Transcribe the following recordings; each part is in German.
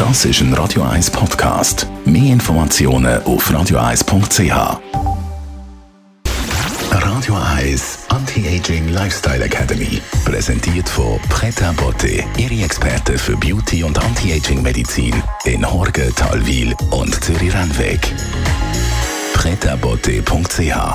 Das ist ein Radio 1 Podcast. Mehr Informationen auf radio1.ch. Radio 1 Anti-Aging Lifestyle Academy. Präsentiert von Pret à Beauté. Ihre Experten für Beauty- und Anti-Aging-Medizin in Horgen, Talwil und Zürich-Rennweg. Pret-à-beauté.ch.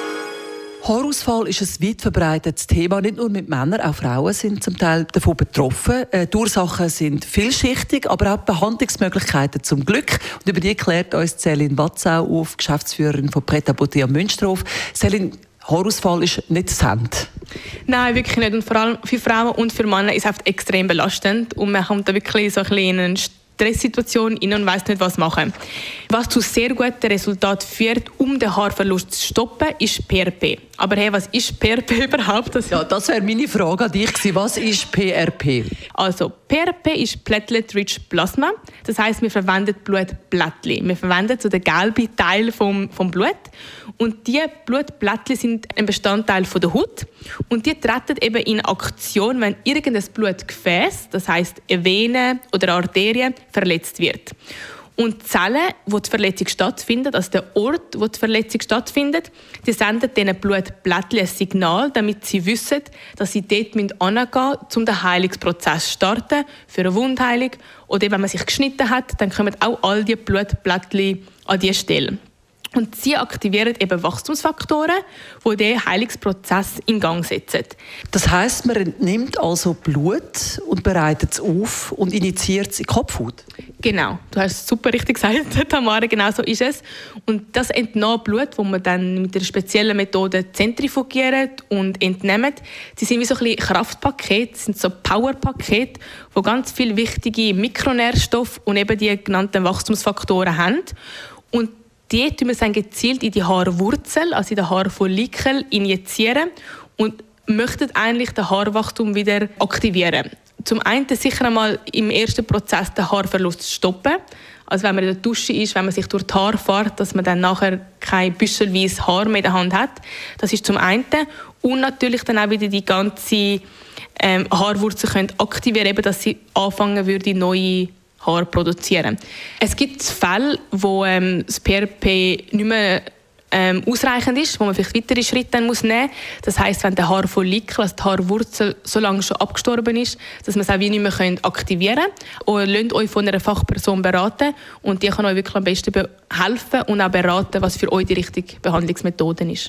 Haarausfall ist ein weit verbreitetes Thema. Nicht nur mit Männern, auch Frauen sind zum Teil davon betroffen. Die Ursachen sind vielschichtig, aber auch die Behandlungsmöglichkeiten zum Glück. Und über die klärt uns Céline Watzau auf, Geschäftsführerin von Pret à Beauté am Münsterhof. Céline, Haarausfall ist nicht das Ende. Nein, wirklich nicht. Und vor allem für Frauen und für Männer ist es extrem belastend. Und man kommt da wirklich so ein bisschen in eine Stresssituation rein und weiss nicht, was machen. Was zu sehr guten Resultaten führt, um den Haarverlust zu stoppen, ist PRP. Aber hey, was ist PRP überhaupt? Ja, das wäre meine Frage an dich gewesen. Was ist PRP? Also, PRP ist Platelet-Rich Plasma. Das heisst, wir verwenden Blutplättchen. Wir verwenden so den gelben Teil vom Blut. Und diese Blutplättchen sind ein Bestandteil der Haut. Und die treten eben in Aktion, wenn irgendein Blutgefäß, das heisst eine Vene oder eine Arterie, verletzt wird. Und die Zellen, wo die Verletzung stattfindet, also der Ort, wo die Verletzung stattfindet, die senden diesen Blutplättchen ein Signal, damit sie wissen, dass sie dort hingehen müssen, um den Heilungsprozess zu starten, für eine Wundheilung. Oder wenn man sich geschnitten hat, dann kommen auch all die Blutplättchen an diese Stelle. Und sie aktivieren eben Wachstumsfaktoren, die diesen Heilungsprozess in Gang setzen. Das heisst, man entnimmt also Blut und bereitet es auf und injiziert es in die Kopfhaut? Genau, du hast es super richtig gesagt, Tamara, genau so ist es. Und das entnommene Blut, das man dann mit einer speziellen Methode zentrifugiert und entnimmt, die sind wie so ein bisschen Kraftpakete, das sind so Powerpakete, die ganz viele wichtige Mikronährstoffe und eben die genannten Wachstumsfaktoren haben. Und die tun wir dann gezielt in die Haarwurzel, also in den Haarfollikel, injizieren und möchten eigentlich das Haarwachstum wieder aktivieren. Zum einen sicher einmal im ersten Prozess den Haarverlust stoppen. Also wenn man in der Dusche ist, wenn man sich durch die Haare fährt, dass man dann nachher kein büschelweise Haar mehr in der Hand hat. Das ist zum einen. Und natürlich dann auch wieder die ganze Haarwurzel können aktivieren, eben, dass sie anfangen würde, neue Haar produzieren. Es gibt Fälle, wo das PRP nicht mehr ausreichend ist, wo man vielleicht weitere Schritte nehmen muss. Das heisst, wenn der Haarfollikel, also die Haarwurzel, so lange schon abgestorben ist, dass man es auch wie nicht mehr aktivieren kann. Und lasst euch von einer Fachperson beraten und die kann euch wirklich am besten helfen und auch beraten, was für euch die richtige Behandlungsmethode ist.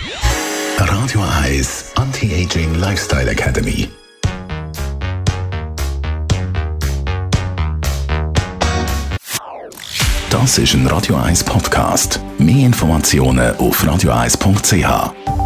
Radio 1 Anti-Aging Lifestyle Academy. Das ist ein Radio 1 Podcast. Mehr Informationen auf radio1.ch.